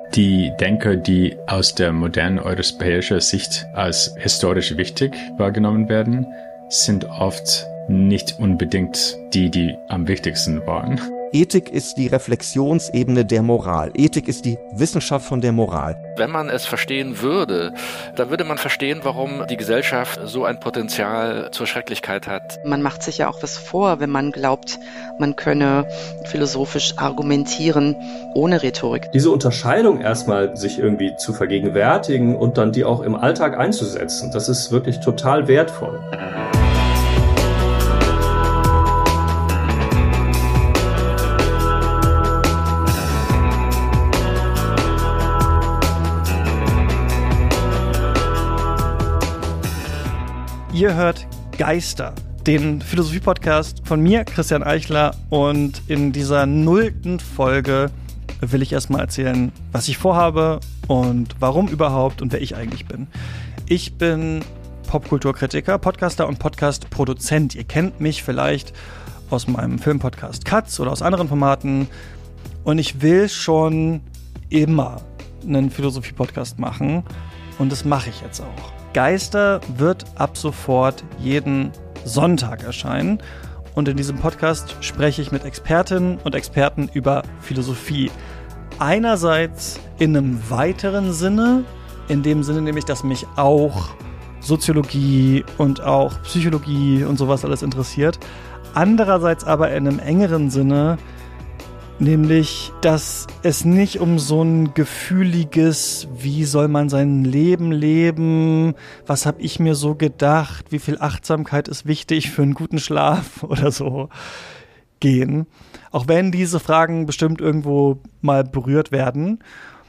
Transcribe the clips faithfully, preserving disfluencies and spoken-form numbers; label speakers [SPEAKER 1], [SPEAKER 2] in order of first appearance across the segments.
[SPEAKER 1] Die Denker, die aus der modernen europäischen Sicht als historisch wichtig wahrgenommen werden, sind oft nicht unbedingt die, die am wichtigsten waren.
[SPEAKER 2] Ethik ist die Reflexionsebene der Moral. Ethik ist die Wissenschaft von der Moral.
[SPEAKER 3] Wenn man es verstehen würde, dann würde man verstehen, warum die Gesellschaft so ein Potenzial zur Schrecklichkeit hat.
[SPEAKER 4] Man macht sich ja auch was vor, wenn man glaubt, man könne philosophisch argumentieren ohne Rhetorik.
[SPEAKER 5] Diese Unterscheidung erstmal sich irgendwie zu vergegenwärtigen und dann die auch im Alltag einzusetzen, das ist wirklich total wertvoll.
[SPEAKER 6] Ihr hört Geister, den Philosophie-Podcast von mir, Christian Eichler. Und in dieser nullten Folge will ich erstmal erzählen, was ich vorhabe und warum überhaupt und wer ich eigentlich bin. Ich bin Popkulturkritiker, Podcaster und Podcast-Produzent. Ihr kennt mich vielleicht aus meinem Filmpodcast Katz oder aus anderen Formaten. Und ich will schon immer einen Philosophie-Podcast machen. Und das mache ich jetzt auch. Geister wird ab sofort jeden Sonntag erscheinen. Und in diesem Podcast spreche ich mit Expertinnen und Experten über Philosophie. Einerseits in einem weiteren Sinne, in dem Sinne nämlich, dass mich auch Soziologie und auch Psychologie und sowas alles interessiert. Andererseits aber in einem engeren Sinne, nämlich, dass es nicht um so ein gefühliges, wie soll man sein Leben leben, was habe ich mir so gedacht, wie viel Achtsamkeit ist wichtig für einen guten Schlaf oder so gehen. Auch wenn diese Fragen bestimmt irgendwo mal berührt werden,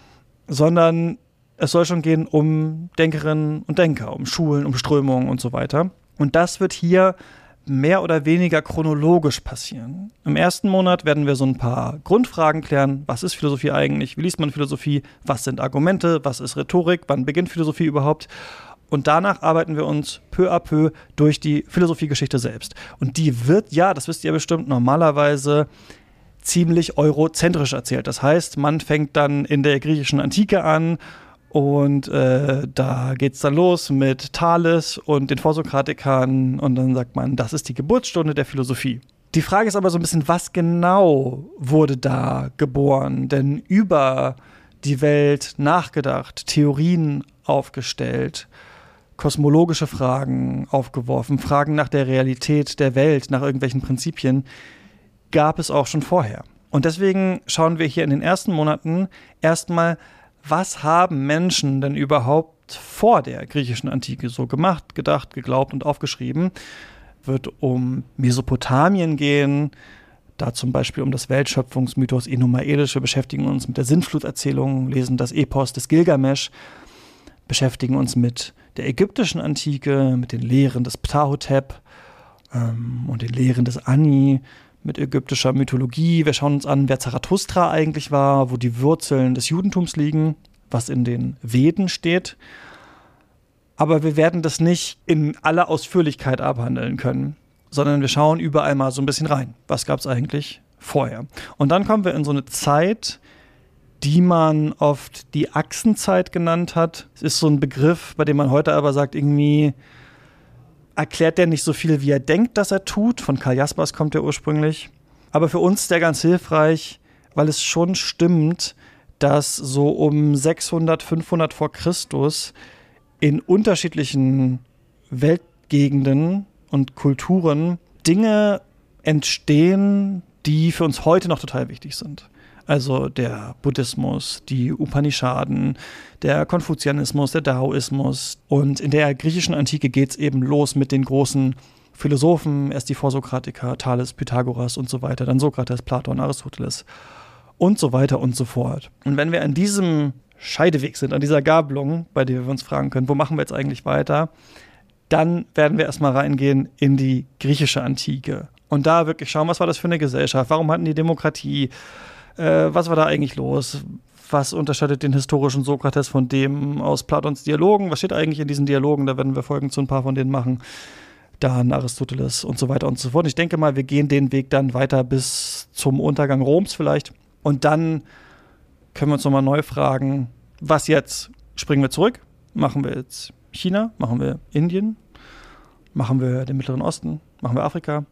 [SPEAKER 6] sondern es soll schon gehen um Denkerinnen und Denker, um Schulen, um Strömungen und so weiter. Und das wird hier mehr oder weniger chronologisch passieren. Im ersten Monat werden wir so ein paar Grundfragen klären. Was ist Philosophie eigentlich? Wie liest man Philosophie? Was sind Argumente? Was ist Rhetorik? Wann beginnt Philosophie überhaupt? Und danach arbeiten wir uns peu à peu durch die Philosophiegeschichte selbst. Und die wird, ja, das wisst ihr bestimmt, normalerweise ziemlich eurozentrisch erzählt. Das heißt, man fängt dann in der griechischen Antike an. Und äh, da geht's dann los mit Thales und den Vorsokratikern und dann sagt man, das ist die Geburtsstunde der Philosophie. Die Frage ist aber so ein bisschen, was genau wurde da geboren? Denn über die Welt nachgedacht, Theorien aufgestellt, kosmologische Fragen aufgeworfen, Fragen nach der Realität der Welt, nach irgendwelchen Prinzipien, gab es auch schon vorher. Und deswegen schauen wir hier in den ersten Monaten erstmal, was haben Menschen denn überhaupt vor der griechischen Antike so gemacht, gedacht, geglaubt und aufgeschrieben? Wird um Mesopotamien gehen, da zum Beispiel um das Weltschöpfungsmythos Enuma Elish. Wir beschäftigen uns mit der Sintfluterzählung, lesen das Epos des Gilgamesch, beschäftigen uns mit der ägyptischen Antike, mit den Lehren des Ptahhotep ähm, und den Lehren des Ani, mit ägyptischer Mythologie. Wir schauen uns an, wer Zarathustra eigentlich war, wo die Wurzeln des Judentums liegen, was in den Veden steht. Aber wir werden das nicht in aller Ausführlichkeit abhandeln können, sondern wir schauen überall mal so ein bisschen rein. Was gab es eigentlich vorher? Und dann kommen wir in so eine Zeit, die man oft die Achsenzeit genannt hat. Es ist so ein Begriff, bei dem man heute aber sagt, irgendwie erklärt der nicht so viel, wie er denkt, dass er tut. Von Karl Jaspers kommt er ursprünglich. Aber für uns ist der ganz hilfreich, weil es schon stimmt, dass so um sechshundert, fünfhundert vor Christus in unterschiedlichen Weltgegenden und Kulturen Dinge entstehen, die für uns heute noch total wichtig sind. Also der Buddhismus, die Upanishaden, der Konfuzianismus, der Daoismus. Und in der griechischen Antike geht es eben los mit den großen Philosophen, erst die Vorsokratiker, Thales, Pythagoras und so weiter, dann Sokrates, Platon, Aristoteles und so weiter und so fort. Und wenn wir an diesem Scheideweg sind, an dieser Gabelung, bei der wir uns fragen können, wo machen wir jetzt eigentlich weiter, dann werden wir erstmal reingehen in die griechische Antike. Und da wirklich schauen, was war das für eine Gesellschaft, warum hatten die Demokratie, Äh, was war da eigentlich los? Was unterscheidet den historischen Sokrates von dem aus Platons Dialogen? Was steht eigentlich in diesen Dialogen? Da werden wir Folgen zu ein paar von denen machen. Dann Aristoteles und so weiter und so fort. Ich denke mal, wir gehen den Weg dann weiter bis zum Untergang Roms vielleicht. Und dann können wir uns nochmal neu fragen, was jetzt? Springen wir zurück? Machen wir jetzt China? Machen wir Indien? Machen wir den Mittleren Osten? Machen wir Afrika?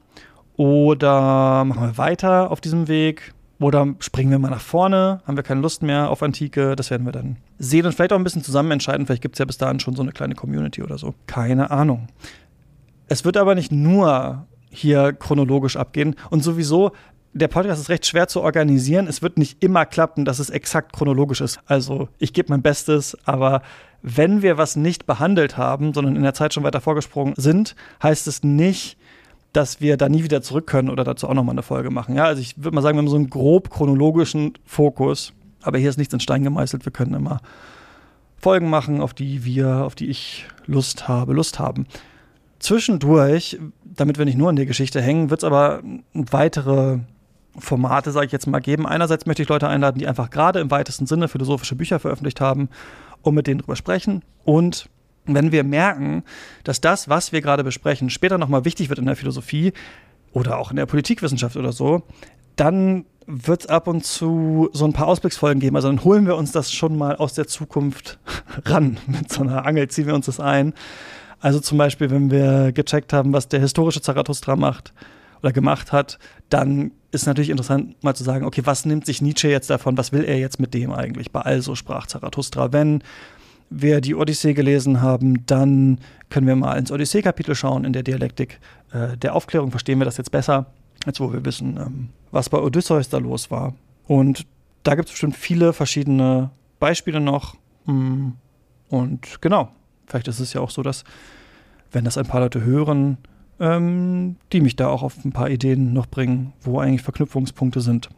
[SPEAKER 6] Oder machen wir weiter auf diesem Weg? Oder springen wir mal nach vorne? Haben wir keine Lust mehr auf Antike? Das werden wir dann sehen und vielleicht auch ein bisschen zusammen entscheiden. Vielleicht gibt es ja bis dahin schon so eine kleine Community oder so. Keine Ahnung. Es wird aber nicht nur hier chronologisch abgehen. Und sowieso, der Podcast ist recht schwer zu organisieren. Es wird nicht immer klappen, dass es exakt chronologisch ist. Also ich gebe mein Bestes, aber wenn wir was nicht behandelt haben, sondern in der Zeit schon weiter vorgesprungen sind, heißt es nicht, dass wir da nie wieder zurück können oder dazu auch nochmal eine Folge machen. Ja, also ich würde mal sagen, wir haben so einen grob chronologischen Fokus, aber hier ist nichts in Stein gemeißelt. Wir können immer Folgen machen, auf die wir, auf die ich Lust habe, Lust haben. Zwischendurch, damit wir nicht nur in der Geschichte hängen, wird es aber weitere Formate, sage ich jetzt mal, geben. Einerseits möchte ich Leute einladen, die einfach gerade im weitesten Sinne philosophische Bücher veröffentlicht haben, und mit denen drüber sprechen. Und wenn wir merken, dass das, was wir gerade besprechen, später nochmal wichtig wird in der Philosophie oder auch in der Politikwissenschaft oder so, dann wird es ab und zu so ein paar Ausblicksfolgen geben. Also dann holen wir uns das schon mal aus der Zukunft ran. Mit so einer Angel ziehen wir uns das ein. Also zum Beispiel, wenn wir gecheckt haben, was der historische Zarathustra macht oder gemacht hat, dann ist natürlich interessant, mal zu sagen, okay, was nimmt sich Nietzsche jetzt davon, was will er jetzt mit dem eigentlich? Bei Also sprach Zarathustra. Wenn wir die Odyssee gelesen haben, dann können wir mal ins Odyssee-Kapitel schauen in der Dialektik äh, der Aufklärung. Verstehen wir das jetzt besser, als wo wir wissen, ähm, was bei Odysseus da los war. Und da gibt es bestimmt viele verschiedene Beispiele noch. Und genau, vielleicht ist es ja auch so, dass, wenn das ein paar Leute hören, ähm, die mich da auch auf ein paar Ideen noch bringen, wo eigentlich Verknüpfungspunkte sind.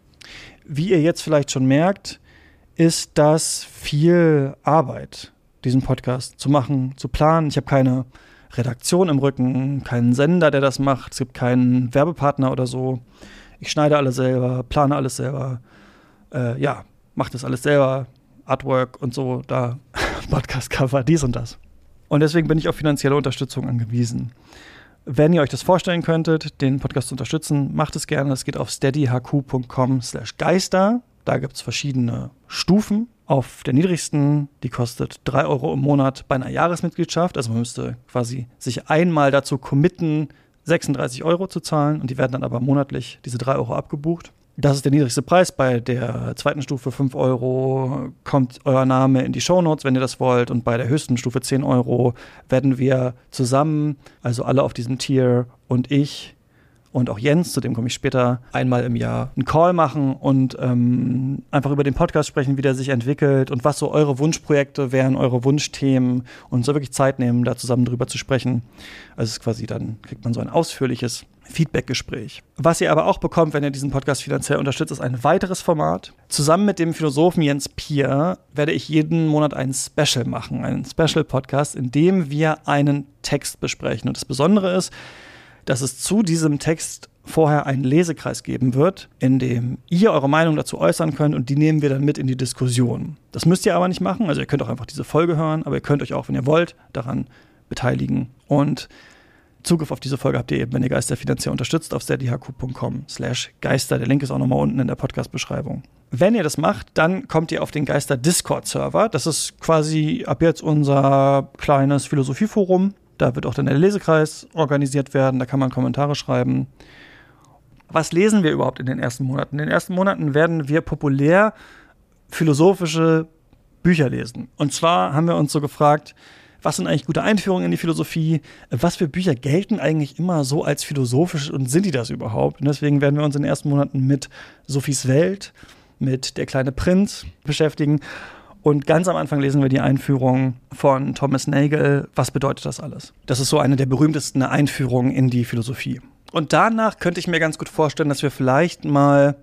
[SPEAKER 6] Wie ihr jetzt vielleicht schon merkt, ist das viel Arbeit, diesen Podcast zu machen, zu planen. Ich habe keine Redaktion im Rücken, keinen Sender, der das macht. Es gibt keinen Werbepartner oder so. Ich schneide alles selber, plane alles selber. Äh, ja, mache das alles selber. Artwork und so, da Podcast-Cover, dies und das. Und deswegen bin ich auf finanzielle Unterstützung angewiesen. Wenn ihr euch das vorstellen könntet, den Podcast zu unterstützen, macht es gerne. Es geht auf steadyhq.com slash geister. Da gibt es verschiedene Stufen. Auf der niedrigsten, die kostet drei Euro im Monat bei einer Jahresmitgliedschaft. Also man müsste quasi sich einmal dazu committen, sechsunddreißig Euro zu zahlen. Und die werden dann aber monatlich diese drei Euro abgebucht. Das ist der niedrigste Preis. Bei der zweiten Stufe fünf Euro kommt euer Name in die Shownotes, wenn ihr das wollt. Und bei der höchsten Stufe zehn Euro werden wir zusammen, also alle auf diesem Tier und ich und auch Jens, zu dem komme ich später, einmal im Jahr einen Call machen und ähm, einfach über den Podcast sprechen, wie der sich entwickelt und was so eure Wunschprojekte wären, eure Wunschthemen und so wirklich Zeit nehmen, da zusammen drüber zu sprechen. Also es ist quasi, dann kriegt man so ein ausführliches Feedback-Gespräch. Was ihr aber auch bekommt, wenn ihr diesen Podcast finanziell unterstützt, ist ein weiteres Format. Zusammen mit dem Philosophen Jens Pier werde ich jeden Monat ein Special machen, einen Special-Podcast, in dem wir einen Text besprechen. Und das Besondere ist, dass es zu diesem Text vorher einen Lesekreis geben wird, in dem ihr eure Meinung dazu äußern könnt und die nehmen wir dann mit in die Diskussion. Das müsst ihr aber nicht machen, also ihr könnt auch einfach diese Folge hören, aber ihr könnt euch auch, wenn ihr wollt, daran beteiligen. Und Zugriff auf diese Folge habt ihr eben, wenn ihr Geister finanziell unterstützt, auf steadyhq.com slash Geister. Der Link ist auch nochmal unten in der Podcast-Beschreibung. Wenn ihr das macht, dann kommt ihr auf den Geister-Discord-Server. Das ist quasi ab jetzt unser kleines Philosophieforum. Da wird auch dann der Lesekreis organisiert werden. Da kann man Kommentare schreiben. Was lesen wir überhaupt in den ersten Monaten? In den ersten Monaten werden wir populär philosophische Bücher lesen. Und zwar haben wir uns so gefragt, was sind eigentlich gute Einführungen in die Philosophie? Was für Bücher gelten eigentlich immer so als philosophisch und sind die das überhaupt? Und deswegen werden wir uns in den ersten Monaten mit Sophies Welt, mit Der kleine Prinz beschäftigen. Und ganz am Anfang lesen wir die Einführung von Thomas Nagel. Was bedeutet das alles? Das ist so eine der berühmtesten Einführungen in die Philosophie. Und danach könnte ich mir ganz gut vorstellen, dass wir vielleicht mal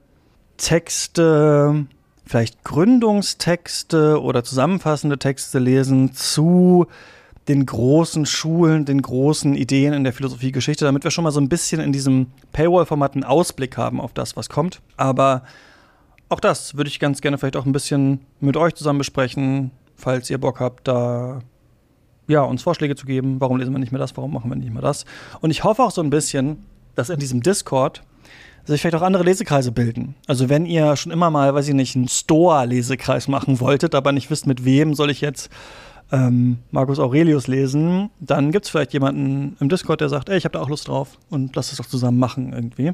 [SPEAKER 6] Texte, vielleicht Gründungstexte oder zusammenfassende Texte lesen zu den großen Schulen, den großen Ideen in der Philosophiegeschichte, damit wir schon mal so ein bisschen in diesem Paywall-Format einen Ausblick haben auf das, was kommt. Aber auch das würde ich ganz gerne vielleicht auch ein bisschen mit euch zusammen besprechen, falls ihr Bock habt, da ja, uns Vorschläge zu geben. Warum lesen wir nicht mehr das? Warum machen wir nicht mehr das? Und ich hoffe auch so ein bisschen, dass in diesem Discord sich vielleicht auch andere Lesekreise bilden. Also wenn ihr schon immer mal, weiß ich nicht, einen Stoa-Lesekreis machen wolltet, aber nicht wisst, mit wem soll ich jetzt ähm, Marcus Aurelius lesen, dann gibt es vielleicht jemanden im Discord, der sagt, ey, ich habe da auch Lust drauf und lass es doch zusammen machen irgendwie.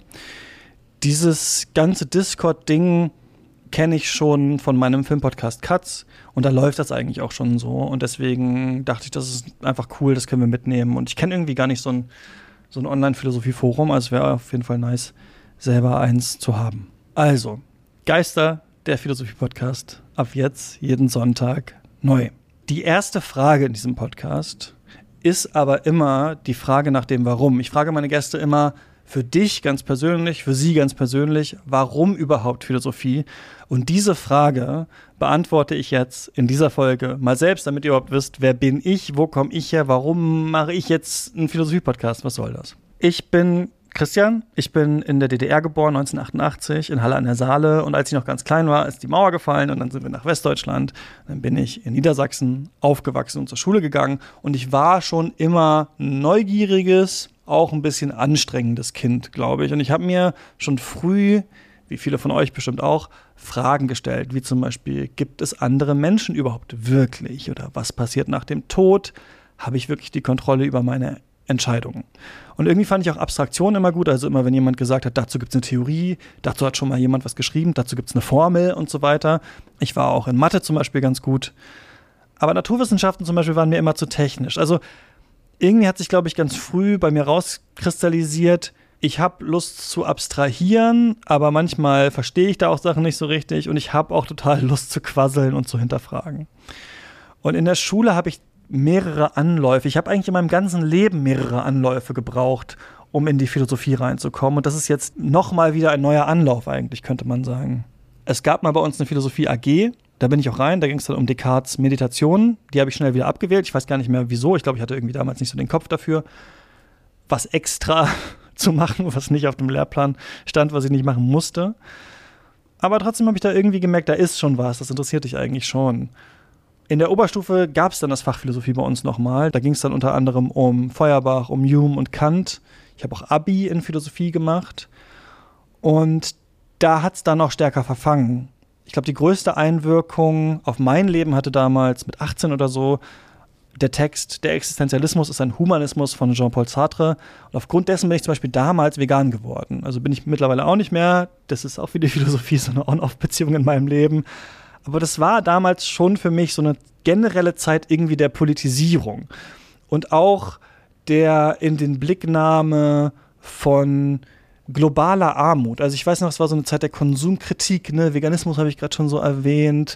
[SPEAKER 6] Dieses ganze Discord-Ding kenne ich schon von meinem Filmpodcast Katz und da läuft das eigentlich auch schon so und deswegen dachte ich, das ist einfach cool, das können wir mitnehmen und ich kenne irgendwie gar nicht so ein, so ein Online-Philosophie-Forum, also es wäre auf jeden Fall nice, selber eins zu haben. Also, Geister, der Philosophie-Podcast, ab jetzt jeden Sonntag neu. Die erste Frage in diesem Podcast ist aber immer die Frage nach dem Warum. Ich frage meine Gäste immer, für dich ganz persönlich, für sie ganz persönlich, warum überhaupt Philosophie? Und diese Frage beantworte ich jetzt in dieser Folge mal selbst, damit ihr überhaupt wisst, wer bin ich, wo komme ich her, warum mache ich jetzt einen Philosophie-Podcast, was soll das? Ich bin Christian, ich bin in der D D R geboren, neunzehnhundertachtundachtzig, in Halle an der Saale. Und als ich noch ganz klein war, ist die Mauer gefallen und dann sind wir nach Westdeutschland. Dann bin ich in Niedersachsen aufgewachsen und zur Schule gegangen. Und ich war schon immer ein neugieriges, auch ein bisschen anstrengendes Kind, glaube ich. Und ich habe mir schon früh, wie viele von euch bestimmt auch, Fragen gestellt, wie zum Beispiel, gibt es andere Menschen überhaupt wirklich? Oder was passiert nach dem Tod? Habe ich wirklich die Kontrolle über meine Entscheidungen? Und irgendwie fand ich auch Abstraktion immer gut, also immer wenn jemand gesagt hat, dazu gibt es eine Theorie, dazu hat schon mal jemand was geschrieben, dazu gibt es eine Formel und so weiter. Ich war auch in Mathe zum Beispiel ganz gut. Aber Naturwissenschaften zum Beispiel waren mir immer zu technisch. Also irgendwie hat sich, glaube ich, ganz früh bei mir rauskristallisiert, ich habe Lust zu abstrahieren, aber manchmal verstehe ich da auch Sachen nicht so richtig und ich habe auch total Lust zu quasseln und zu hinterfragen. Und in der Schule habe ich mehrere Anläufe. Ich habe eigentlich in meinem ganzen Leben mehrere Anläufe gebraucht, um in die Philosophie reinzukommen. Und das ist jetzt nochmal wieder ein neuer Anlauf eigentlich, könnte man sagen. Es gab mal bei uns eine Philosophie-A G, da bin ich auch rein, da ging es dann um Descartes' Meditationen. Die habe ich schnell wieder abgewählt. Ich weiß gar nicht mehr, wieso. Ich glaube, ich hatte irgendwie damals nicht so den Kopf dafür, was extra zu machen, was nicht auf dem Lehrplan stand, was ich nicht machen musste. Aber trotzdem habe ich da irgendwie gemerkt, da ist schon was. Das interessiert dich eigentlich schon. In der Oberstufe gab es dann das Fach Philosophie bei uns nochmal. Da ging es dann unter anderem um Feuerbach, um Hume und Kant. Ich habe auch Abi in Philosophie gemacht. Und da hat es dann noch stärker verfangen. Ich glaube, die größte Einwirkung auf mein Leben hatte damals mit achtzehn oder so der Text Der Existenzialismus ist ein Humanismus von Jean-Paul Sartre. Und aufgrund dessen bin ich zum Beispiel damals vegan geworden. Also bin ich mittlerweile auch nicht mehr. Das ist auch wie die Philosophie so eine On-Off-Beziehung in meinem Leben. Aber das war damals schon für mich so eine generelle Zeit irgendwie der Politisierung und auch der in den Blicknahme von globaler Armut. Also ich weiß noch, es war so eine Zeit der Konsumkritik, ne? Veganismus habe ich gerade schon so erwähnt,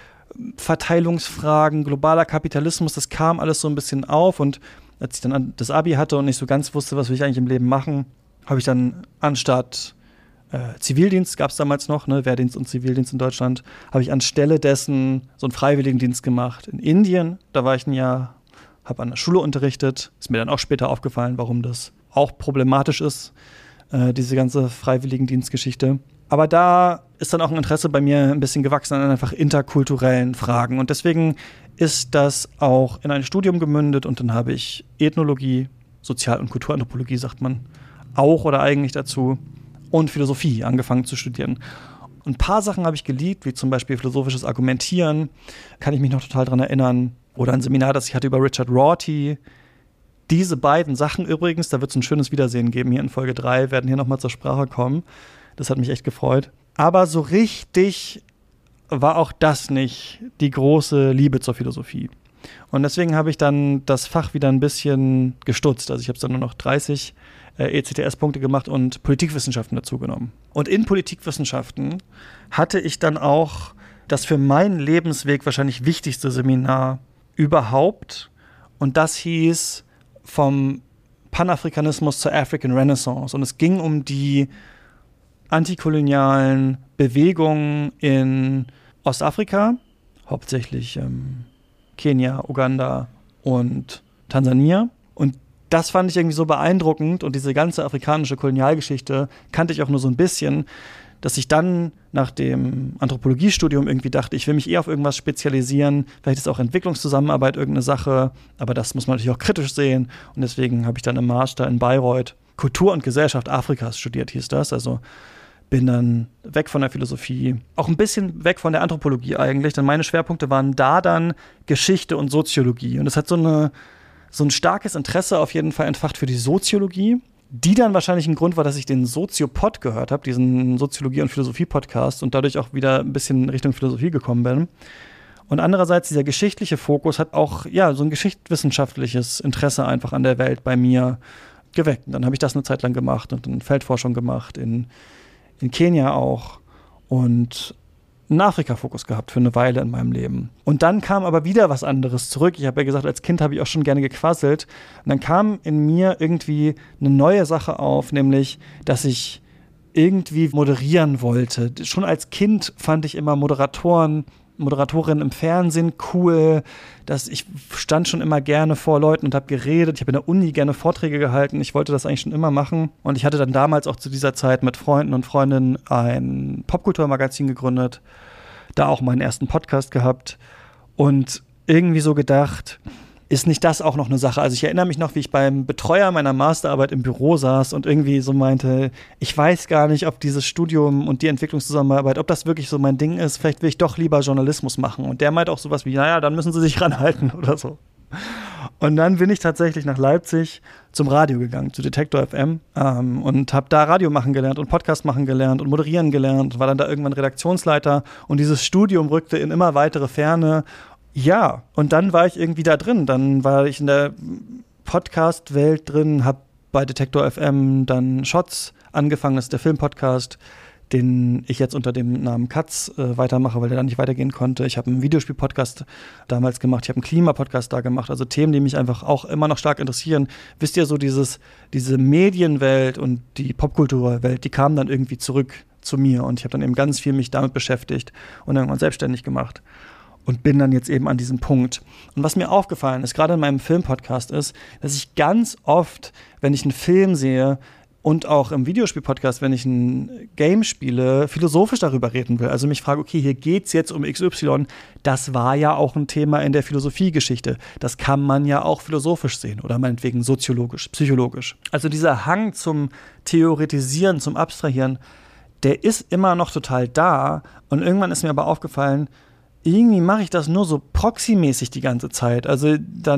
[SPEAKER 6] Verteilungsfragen, globaler Kapitalismus, das kam alles so ein bisschen auf und als ich dann das Abi hatte und nicht so ganz wusste, was will ich eigentlich im Leben machen, habe ich dann anstatt Äh, Zivildienst gab es damals noch, ne, Wehrdienst und Zivildienst in Deutschland, habe ich anstelle dessen so einen Freiwilligendienst gemacht. In Indien, da war ich ein Jahr, habe an der Schule unterrichtet. Ist mir dann auch später aufgefallen, warum das auch problematisch ist, äh, diese ganze Freiwilligendienstgeschichte. Aber da ist dann auch ein Interesse bei mir ein bisschen gewachsen an einfach interkulturellen Fragen. Und deswegen ist das auch in ein Studium gemündet und dann habe ich Ethnologie, Sozial- und Kulturanthropologie, sagt man, auch oder eigentlich dazu, und Philosophie angefangen zu studieren. Und ein paar Sachen habe ich geliebt, wie zum Beispiel philosophisches Argumentieren, kann ich mich noch total dran erinnern. Oder ein Seminar, das ich hatte über Richard Rorty. Diese beiden Sachen übrigens, da wird es ein schönes Wiedersehen geben, hier in Folge drei, werden hier nochmal zur Sprache kommen. Das hat mich echt gefreut. Aber so richtig war auch das nicht die große Liebe zur Philosophie. Und deswegen habe ich dann das Fach wieder ein bisschen gestutzt. Also ich habe es dann nur noch dreißig E C T S-Punkte gemacht und Politikwissenschaften dazu genommen. Und in Politikwissenschaften hatte ich dann auch das für meinen Lebensweg wahrscheinlich wichtigste Seminar überhaupt. Und das hieß vom Panafrikanismus zur African Renaissance. Und es ging um die antikolonialen Bewegungen in Ostafrika, hauptsächlich ähm, Kenia, Uganda und Tansania. Und das fand ich irgendwie so beeindruckend und diese ganze afrikanische Kolonialgeschichte kannte ich auch nur so ein bisschen, dass ich dann nach dem Anthropologiestudium irgendwie dachte, ich will mich eher auf irgendwas spezialisieren, vielleicht ist auch Entwicklungszusammenarbeit irgendeine Sache, aber das muss man natürlich auch kritisch sehen und deswegen habe ich dann im Master in Bayreuth Kultur und Gesellschaft Afrikas studiert, hieß das. Also bin dann weg von der Philosophie, auch ein bisschen weg von der Anthropologie eigentlich, denn meine Schwerpunkte waren da dann Geschichte und Soziologie. Und es hat so, eine, so ein starkes Interesse auf jeden Fall entfacht für die Soziologie, die dann wahrscheinlich ein Grund war, dass ich den Soziopod gehört habe, diesen Soziologie- und Philosophie-Podcast, und dadurch auch wieder ein bisschen Richtung Philosophie gekommen bin. Und andererseits dieser geschichtliche Fokus hat auch ja so ein geschichtswissenschaftliches Interesse einfach an der Welt bei mir geweckt. Und dann habe ich das eine Zeit lang gemacht und dann Feldforschung gemacht in in Kenia auch und einen Afrika-Fokus gehabt für eine Weile in meinem Leben. Und dann kam aber wieder was anderes zurück. Ich habe ja gesagt, als Kind habe ich auch schon gerne gequasselt. Und dann kam in mir irgendwie eine neue Sache auf, nämlich, dass ich irgendwie moderieren wollte. Schon als Kind fand ich immer Moderatoren, Moderatorinnen im Fernsehen cool. Dass ich stand schon immer gerne vor Leuten und habe geredet. Ich habe in der Uni gerne Vorträge gehalten. Ich wollte das eigentlich schon immer machen. Und ich hatte dann damals auch zu dieser Zeit mit Freunden und Freundinnen ein Popkulturmagazin gegründet. Da auch meinen ersten Podcast gehabt. Und irgendwie so gedacht, ist nicht das auch noch eine Sache? Also ich erinnere mich noch, wie ich beim Betreuer meiner Masterarbeit im Büro saß und irgendwie so meinte, ich weiß gar nicht, ob dieses Studium und die Entwicklungszusammenarbeit, ob das wirklich so mein Ding ist, vielleicht will ich doch lieber Journalismus machen. Und der meint auch sowas wie, naja, dann müssen Sie sich ranhalten oder so. Und dann bin ich tatsächlich nach Leipzig zum Radio gegangen, zu Detektor F M ähm, und habe da Radio machen gelernt und Podcast machen gelernt und moderieren gelernt, war dann da irgendwann Redaktionsleiter und dieses Studium rückte in immer weitere Ferne. Ja, und dann war ich irgendwie da drin. Dann war ich in der Podcast-Welt drin, habe bei Detektor F M dann Shots angefangen. Das ist der Filmpodcast, den ich jetzt unter dem Namen Katz äh, weitermache, weil der dann nicht weitergehen konnte. Ich habe einen Videospiel-Podcast damals gemacht. Ich habe einen Klima-Podcast da gemacht. Also Themen, die mich einfach auch immer noch stark interessieren. Wisst ihr, so dieses, diese Medienwelt und die Popkulturwelt, die kamen dann irgendwie zurück zu mir. Und ich habe dann eben ganz viel mich damit beschäftigt und irgendwann selbstständig gemacht. Und bin dann jetzt eben an diesem Punkt. Und was mir aufgefallen ist, gerade in meinem Filmpodcast, ist, dass ich ganz oft, wenn ich einen Film sehe und auch im Videospiel-Podcast, wenn ich ein Game spiele, philosophisch darüber reden will. Also mich frage, okay, hier geht's jetzt um X Y. Das war ja auch ein Thema in der Philosophiegeschichte. Das kann man ja auch philosophisch sehen oder meinetwegen soziologisch, psychologisch. Also dieser Hang zum Theoretisieren, zum Abstrahieren, der ist immer noch total da. Und irgendwann ist mir aber aufgefallen, irgendwie mache ich das nur so proxymäßig die ganze Zeit. Also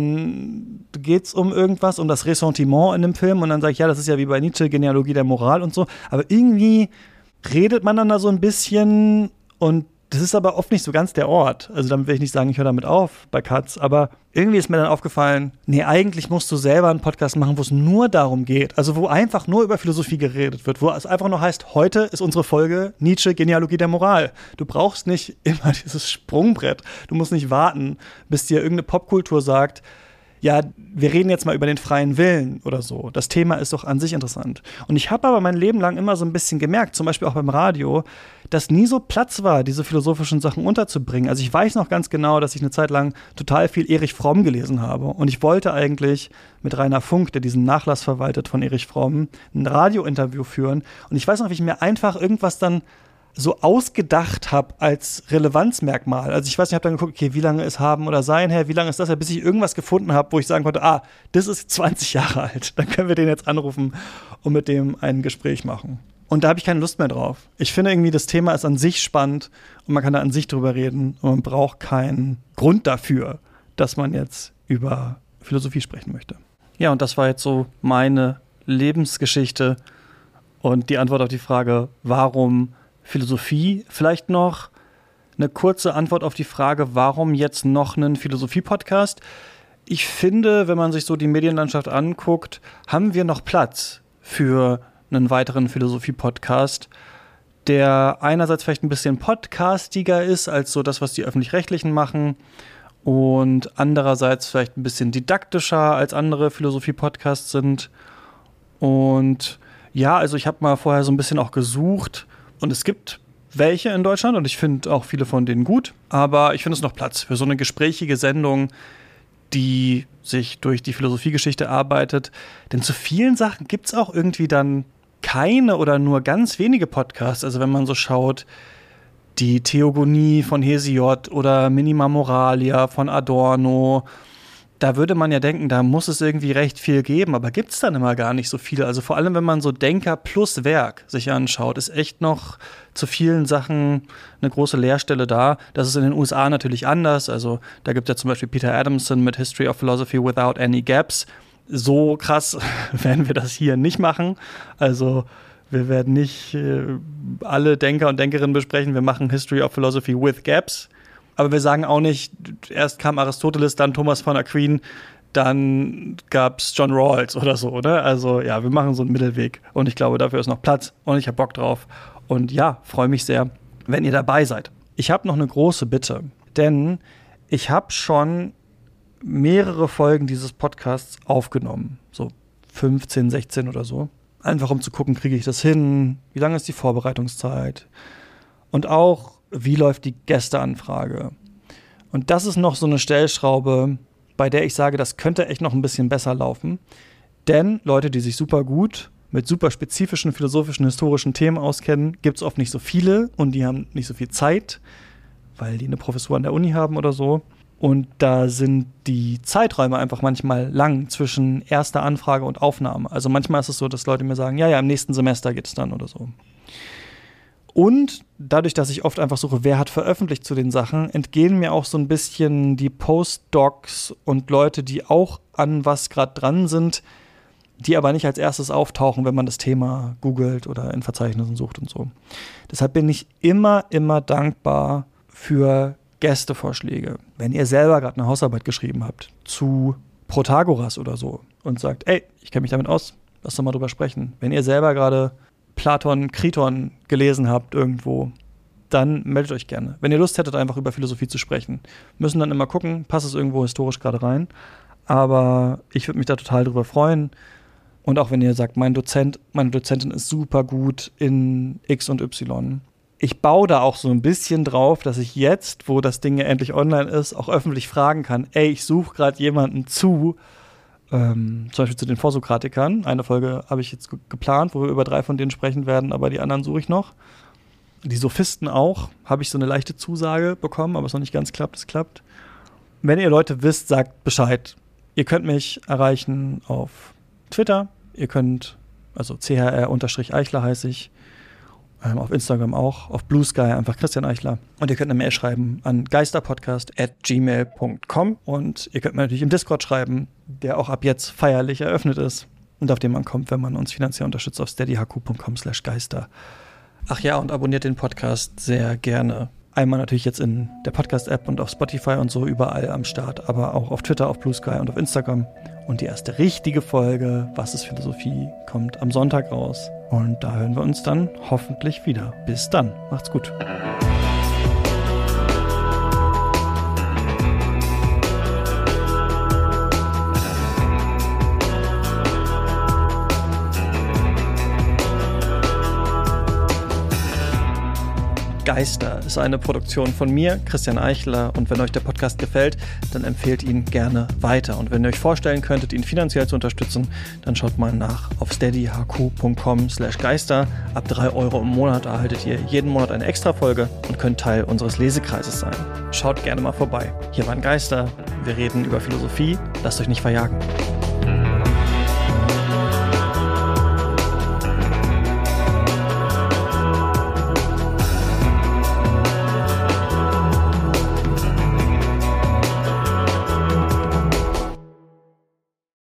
[SPEAKER 6] dann geht es um irgendwas, um das Ressentiment in dem Film und dann sage ich, ja, das ist ja wie bei Nietzsche, Genealogie der Moral und so. Aber irgendwie redet man dann da so ein bisschen und das ist aber oft nicht so ganz der Ort. Also dann will ich nicht sagen, ich höre damit auf bei Katz, aber irgendwie ist mir dann aufgefallen, nee, eigentlich musst du selber einen Podcast machen, wo es nur darum geht, also wo einfach nur über Philosophie geredet wird, wo es einfach nur heißt, heute ist unsere Folge Nietzsche, Genealogie der Moral. Du brauchst nicht immer dieses Sprungbrett. Du musst nicht warten, bis dir irgendeine Popkultur sagt, ja, wir reden jetzt mal über den freien Willen oder so. Das Thema ist doch an sich interessant. Und ich habe aber mein Leben lang immer so ein bisschen gemerkt, zum Beispiel auch beim Radio, dass nie so Platz war, diese philosophischen Sachen unterzubringen. Also ich weiß noch ganz genau, dass ich eine Zeit lang total viel Erich Fromm gelesen habe. Und ich wollte eigentlich mit Rainer Funk, der diesen Nachlass verwaltet von Erich Fromm, ein Radiointerview führen. Und ich weiß noch, wie ich mir einfach irgendwas dann so ausgedacht habe als Relevanzmerkmal. Also ich weiß nicht, ich habe dann geguckt, okay, wie lange ist Haben oder Sein her, wie lange ist das her, bis ich irgendwas gefunden habe, wo ich sagen konnte, ah, das ist zwanzig Jahre alt, dann können wir den jetzt anrufen und mit dem ein Gespräch machen. Und da habe ich keine Lust mehr drauf. Ich finde irgendwie, das Thema ist an sich spannend und man kann da an sich drüber reden und man braucht keinen Grund dafür, dass man jetzt über Philosophie sprechen möchte. Ja, und das war jetzt so meine Lebensgeschichte und die Antwort auf die Frage, warum Philosophie, vielleicht noch eine kurze Antwort auf die Frage, warum jetzt noch einen Philosophie-Podcast? Ich finde, wenn man sich so die Medienlandschaft anguckt, haben wir noch Platz für einen weiteren Philosophie-Podcast, der einerseits vielleicht ein bisschen podcastiger ist als so das, was die Öffentlich-Rechtlichen machen und andererseits vielleicht ein bisschen didaktischer als andere Philosophie-Podcasts sind. Und ja, also ich habe mal vorher so ein bisschen auch gesucht, und es gibt welche in Deutschland und ich finde auch viele von denen gut. Aber ich finde es noch Platz für so eine gesprächige Sendung, die sich durch die Philosophiegeschichte arbeitet. Denn zu vielen Sachen gibt es auch irgendwie dann keine oder nur ganz wenige Podcasts. Also wenn man so schaut, die Theogonie von Hesiod oder Minima Moralia von Adorno da würde man ja denken, da muss es irgendwie recht viel geben, aber gibt es dann immer gar nicht so viel. Also vor allem, wenn man so Denker plus Werk sich anschaut, ist echt noch zu vielen Sachen eine große Leerstelle da. Das ist in den U S A natürlich anders. Also da gibt es ja zum Beispiel Peter Adamson mit History of Philosophy Without Any Gaps. So krass werden wir das hier nicht machen. Also wir werden nicht äh, alle Denker und Denkerinnen besprechen. Wir machen History of Philosophy with Gaps. Aber wir sagen auch nicht, erst kam Aristoteles, dann Thomas von Aquin, dann gab's John Rawls oder so, oder? Also ja, wir machen so einen Mittelweg. Und ich glaube, dafür ist noch Platz und ich habe Bock drauf. Und ja, freue mich sehr, wenn ihr dabei seid. Ich habe noch eine große Bitte, denn ich habe schon mehrere Folgen dieses Podcasts aufgenommen. So fünfzehn, sechzehn oder so. Einfach um zu gucken, kriege ich das hin? Wie lange ist die Vorbereitungszeit? Und auch, wie läuft die Gästeanfrage? Und das ist noch so eine Stellschraube, bei der ich sage, das könnte echt noch ein bisschen besser laufen. Denn Leute, die sich super gut mit super spezifischen philosophischen, historischen Themen auskennen, gibt es oft nicht so viele und die haben nicht so viel Zeit, weil die eine Professur an der Uni haben oder so. Und da sind die Zeiträume einfach manchmal lang zwischen erster Anfrage und Aufnahme. Also manchmal ist es so, dass Leute mir sagen, ja, ja, im nächsten Semester geht es dann oder so. Und dadurch, dass ich oft einfach suche, wer hat veröffentlicht zu den Sachen, entgehen mir auch so ein bisschen die Postdocs und Leute, die auch an was gerade dran sind, die aber nicht als erstes auftauchen, wenn man das Thema googelt oder in Verzeichnissen sucht und so. Deshalb bin ich immer, immer dankbar für Gästevorschläge. Wenn ihr selber gerade eine Hausarbeit geschrieben habt zu Protagoras oder so und sagt, ey, ich kenne mich damit aus, lass doch mal drüber sprechen. Wenn ihr selber gerade Platon, Kriton gelesen habt irgendwo, dann meldet euch gerne. Wenn ihr Lust hättet, einfach über Philosophie zu sprechen. Müssen dann immer gucken, passt es irgendwo historisch gerade rein. Aber ich würde mich da total drüber freuen. Und auch wenn ihr sagt, mein Dozent, meine Dozentin ist super gut in X und Y. Ich baue da auch so ein bisschen drauf, dass ich jetzt, wo das Ding ja endlich online ist, auch öffentlich fragen kann, ey, ich suche gerade jemanden zu, Ähm, zum Beispiel zu den Vorsokratikern. Eine Folge habe ich jetzt ge- geplant, wo wir über drei von denen sprechen werden, aber die anderen suche ich noch. Die Sophisten auch, habe ich so eine leichte Zusage bekommen, aber es noch nicht ganz klappt, es klappt. Wenn ihr Leute wisst, sagt Bescheid. Ihr könnt mich erreichen auf Twitter, ihr könnt, also C H R-Eichler heiße ich, ähm, auf Instagram auch, auf Blue Sky einfach Christian Eichler. Und ihr könnt eine Mail schreiben an geisterpodcast at gmail punkt com und ihr könnt mir natürlich im Discord schreiben, der auch ab jetzt feierlich eröffnet ist und auf den man kommt, wenn man uns finanziell unterstützt auf steadyhq punkt com slash geister. Ach ja, und abonniert den Podcast sehr gerne. Einmal natürlich jetzt in der Podcast-App und auf Spotify und so überall am Start, aber auch auf Twitter, auf Blue Sky und auf Instagram. Und die erste richtige Folge, Was ist Philosophie, kommt am Sonntag raus. Und da hören wir uns dann hoffentlich wieder. Bis dann. Macht's gut. Geister ist eine Produktion von mir, Christian Eichler, und wenn euch der Podcast gefällt, dann empfehlt ihn gerne weiter. Und wenn ihr euch vorstellen könntet, ihn finanziell zu unterstützen, dann schaut mal nach auf steadyhq punkt com slash geister. Ab drei Euro im Monat erhaltet ihr jeden Monat eine Extra-Folge und könnt Teil unseres Lesekreises sein. Schaut gerne mal vorbei. Hier waren Geister, wir reden über Philosophie, lasst euch nicht verjagen.